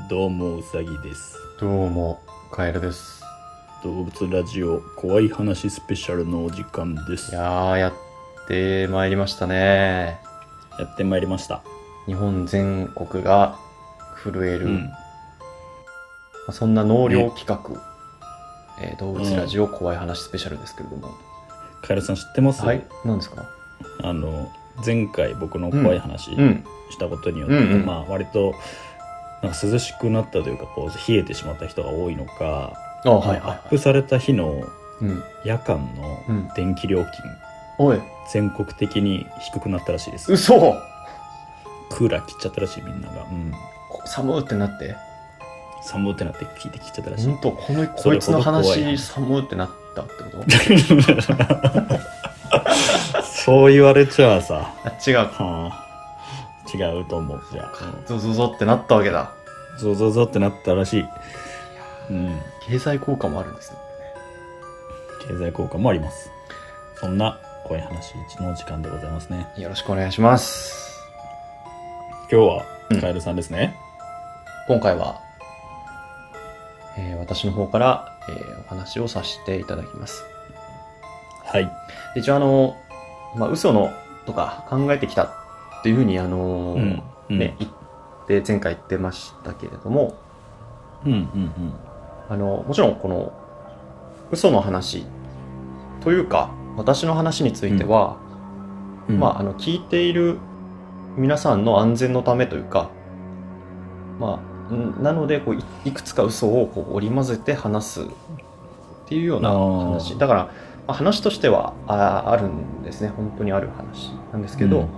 どうもうさぎです。 どうもカエルです。 動物ラジオ怖い話スペシャルのお時間です。 やってまいりましたね。 やってまいりました。 日本全国が震える、 うん、 そんな納涼企画、動物ラジオ怖い話スペシャルですけれども、 カエルさん知ってます？ はい、何ですか？ 前回僕の怖い話したことによって、割となんか涼しくなったというか、こう冷えてしまった人が多いのか、アップされた日の夜間の電気料金、全国的に低くなったらしいです。 嘘。 クーラー切っちゃったらしい、みんなが。 寒ってなって寒ってなって聞いて切っちゃったらしい。 本当こいつの話寒ってなったってことそう言われちゃさ。 違う、 違うと思う。じゃあゾゾゾってなったわけだ。 ゾゾゾってなったらしい。 経済効果もあるんですね。 経済効果もあります。そんな怖い話の時間でございますね。 よろしくお願いします。 今日はカエルさんですね。 今回は、私の方から、お話をさせていただきます。 はい。 一応嘘のとか考えてきたっていうふうに言って前回言ってましたけれども、もちろんこの嘘の話というか私の話については、聞いている皆さんの安全のためというか、なのでいくつか嘘を織り交ぜて話すっていうような話だから、話としてはあるんですね。本当にある話なんですけど、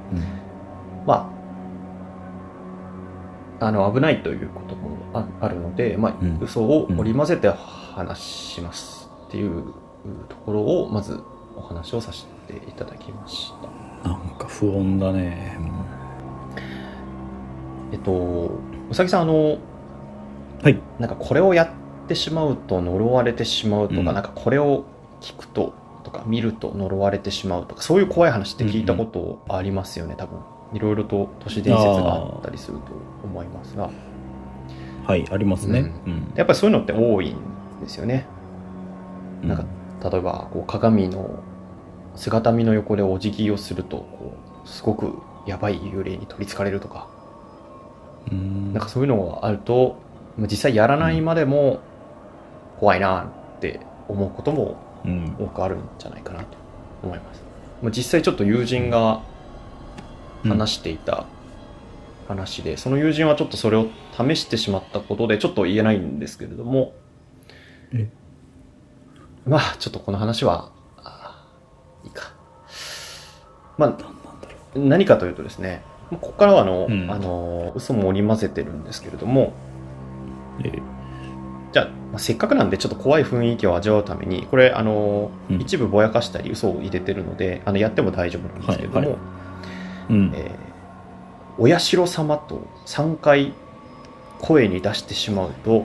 危ないということもあるので、嘘を織り交ぜて話しますっていうところをまずお話をさせていただきました。 なんか不穏だね。 うさぎさんはい、 なんかこれをやってしまうと呪われてしまうとか、なんかこれを聞くととか見ると呪われてしまうとか、そういう怖い話って聞いたことありますよね。多分いろいろと都市伝説があったりすると思いますが、 はいありますね。 やっぱりそういうのって多いんですよね。なんか例えば鏡の姿見の横でお辞儀をするとすごくやばい幽霊に取りつかれるとか、なんかそういうのがあると実際やらないまでも怖いなって思うことも多くあるんじゃないかなと思います。実際ちょっと友人が話していた話で、その友人はちょっとそれを試してしまったことでちょっと言えないんですけれども、ちょっとこの話はいいか。何かというとですね、ここからは嘘も織り交ぜてるんですけれども、じゃあ、せっかくなんでちょっと怖い雰囲気を味わうためにこれ一部ぼやかしたり嘘を入れてるのでやっても大丈夫なんですけれども、お社様と3回声に出してしまうと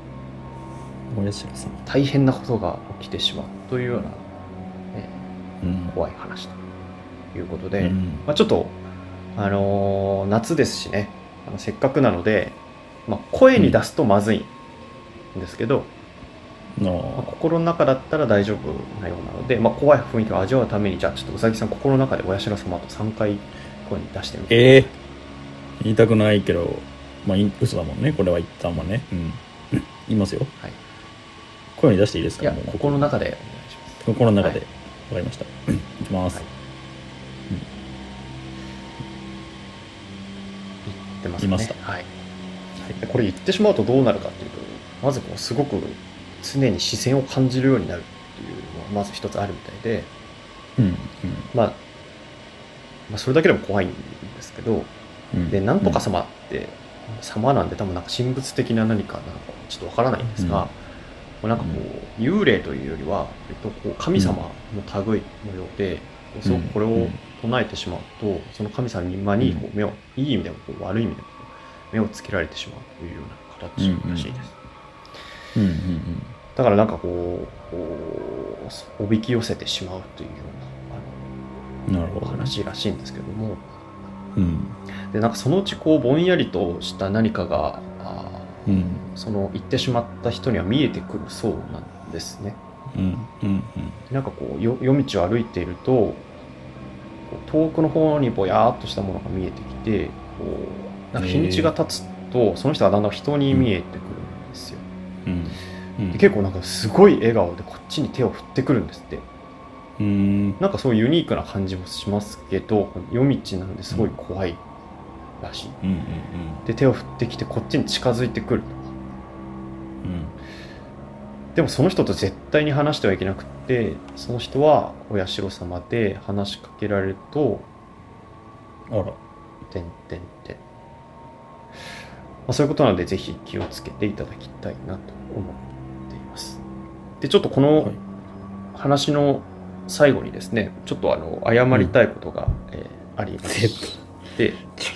大変なことが起きてしまうというような、怖い話ということで、ちょっと夏ですしね、せっかくなので、声に出すとまずいんですけど、心の中だったら大丈夫なようなので、怖い雰囲気を味わうために、じゃあちょっとうさぎさん心の中でお社様と3回声に出してみて。 言いたくないけど嘘だもんね、これは言ったもんね。言いますよ。はい。声に出していいですか？ いや、心の中でお願いします。 心の中で、わかりました。いきます。 言ってますね。 言いました。 はい。これ言ってしまうとどうなるかというと、まずすごく常に視線を感じるようになるっていうのがまず一つあるみたいで、それだけでも怖いんですけど、でなんとか様って様なんで多分なんか神仏的な何かなのかちょっとわからないんですが、なんか幽霊というよりは神様の類のようで、すごくこれを唱えてしまうとその神様に目をいい意味でも悪い意味でも目をつけられてしまうというような形らしいです。だからなんかおびき寄せてしまうというような話らしいんですけども、でなんかそのうちぼんやりとした何かがその言ってしまった人には見えてくるそうなんですね。なんかこう夜道を歩いていると遠くの方にぼやーっとしたものが見えてきて、こうなんか日にちが経つとその人がだんだん人に見えてくるんですよ。で結構なんかすごい笑顔でこっちに手を振ってくるんですって。なんかそういうユニークな感じもしますけど、夜道なんですごい怖いらしい。で手を振ってきてこっちに近づいてくると。でもその人と絶対に話してはいけなくって、その人はお社様で話しかけられると、 あら、 そういうことなのでぜひ気をつけていただきたいなと思っています。でちょっとこの話の最後にですね、ちょっと謝りたいことが、ありまして、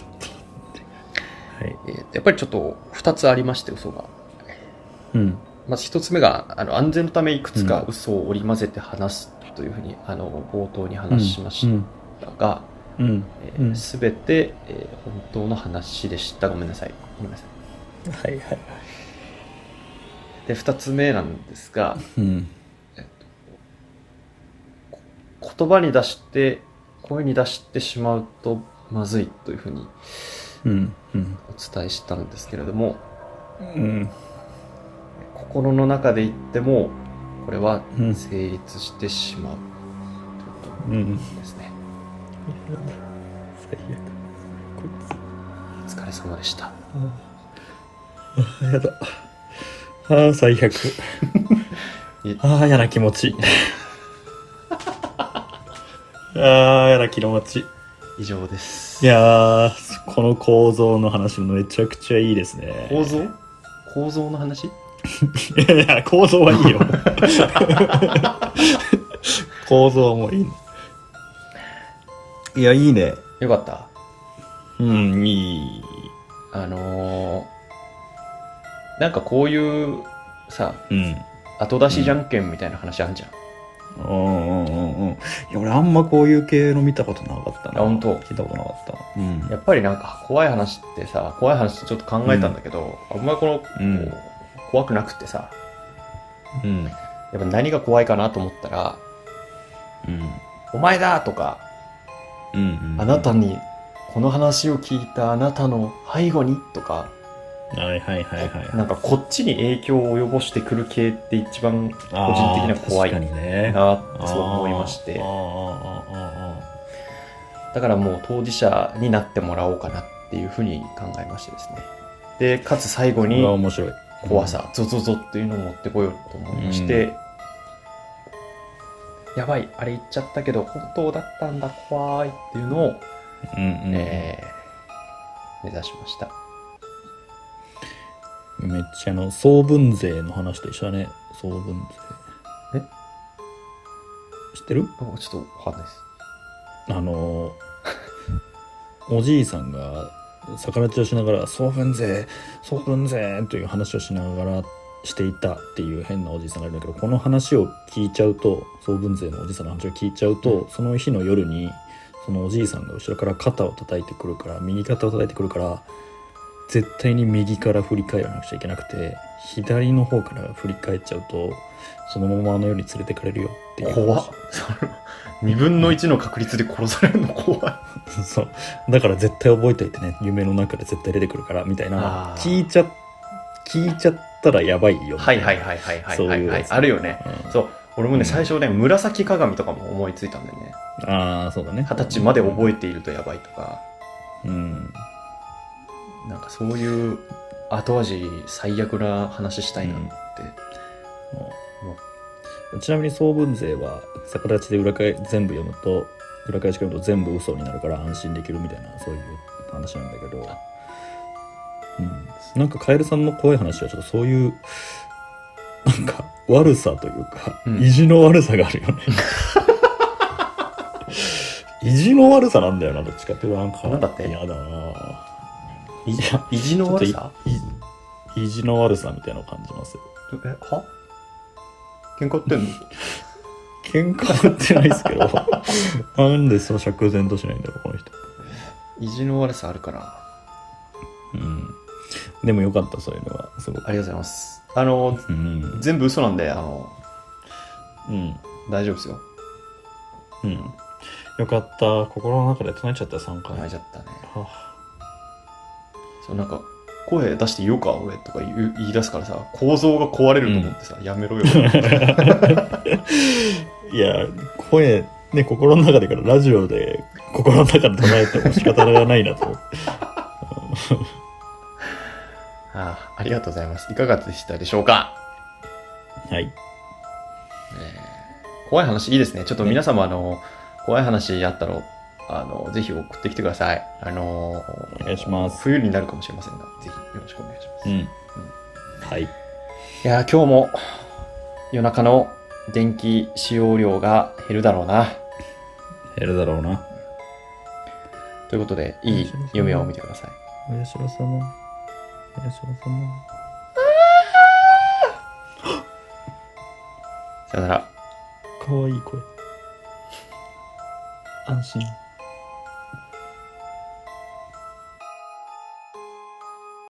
やっぱりちょっと2つありまして、嘘が。まず1つ目が安全のためいくつか嘘を織り交ぜて話すというふうに冒頭に話しましたが、全て、本当の話でした。ごめんなさい。で2つ目なんですが、言葉に出して声に出してしまうとまずいというふうにお伝えしたんですけれども、心の中で言ってもこれは成立してしまうということですね。お疲れ様でした。 やだ。最悪。嫌な気持ち。嫌な気持ち。 以上です。 いやこの構造の話もめちゃくちゃいいですね。 構造の話？ いや構造はいいよ。構造もいい。いやいいね。 よかった。 いい。 なんかこういうさ、後出しじゃんけんみたいな話あんじゃん。 いや俺あんまこういう系の見たことなかったな。 本当？ 聞いたことなかった。 やっぱりなんか怖い話ってさ、怖い話ちょっと考えたんだけど、あんまり怖くなくってさ、やっぱ何が怖いかなと思ったら、お前だとか、あなたにこの話を聞いたあなたの背後にとか、なんかこっちに影響を及ぼしてくる系って一番個人的には怖いなってそう思いまして、だからもう当事者になってもらおうかなっていうふうに考えましてですね。でかつ最後に怖さ、ゾゾゾっていうのを持ってこようと思いまして、やばいあれ言っちゃったけど本当だったんだ怖いっていうのを、目指しました。 めっちゃ総分税の話と一緒だね。総分税知ってる？ ちょっとわかんないです。 おじいさんが逆立ちをしながら総分税という話をしながらしていたっていう変なおじいさんがいるんだけど、この話を聞いちゃうと、総分税のおじいさんの話を聞いちゃうと、その日の夜にそのおじいさんが後ろから肩を叩いてくるから、右肩を叩いてくるから絶対に右から振り返らなくちゃいけなくて、左の方から振り返っちゃうとそのまま夜に連れてかれるよっていう。 怖っ。2分の1の確率で殺されるの怖い。 そうだから絶対覚えておいてね、夢の中で絶対出てくるからみたいな、聞いちゃったらやばいよみたいな。 はいあるよね。そう俺もね、最初ね紫鏡とかも思いついたんだよね。 そうだね。 20歳まで覚えているとやばいとか、なんかそういう後味最悪な話したいなって、 ちなみに総分税は逆立ちで全部読むと裏返し読むと全部嘘になるから安心できるみたいな、そういう話なんだけど、なんかカエルさんの怖い話はちょっとそういうなんか悪さというか、意地の悪さがあるよね。意地の悪さなんだよな、どっちかっていうと。 なんだって嫌だな。 意地の悪さ？ 意地の悪さみたいなのを感じますよ。 は？喧嘩売ってんの？ 喧嘩売ってないですけどなんでそう釈然としないんだろうこの人。 意地の悪さあるから。 でもよかった、そういうのはすごく。 ありがとうございます。 うん、 全部嘘なんでうん、 大丈夫ですよ。 うん、よかった。心の中で唱えちゃった、3回。 唱えちゃったね。 はあ、 そうなんか声出して言おうか俺とか言い出すからさ、構造が壊れると思ってさ、やめろよ。 いや、声ね、心の中でからラジオで心の中で唱えても仕方がないなと思って。 ありがとうございます。いかがでしたでしょうか。 はい。 怖い話いいですね。ちょっと皆様怖い話あったらぜひ送ってきてください。 お願いします。 冬になるかもしれませんが、ぜひよろしくお願いします。 うん。はい。いや、今日も夜中の電気使用量が減るだろうな。 減るだろうな。 ということで、いい夢を見てください。 おやしろ様。おやしろ様。 さよなら。 かわいい声。安心。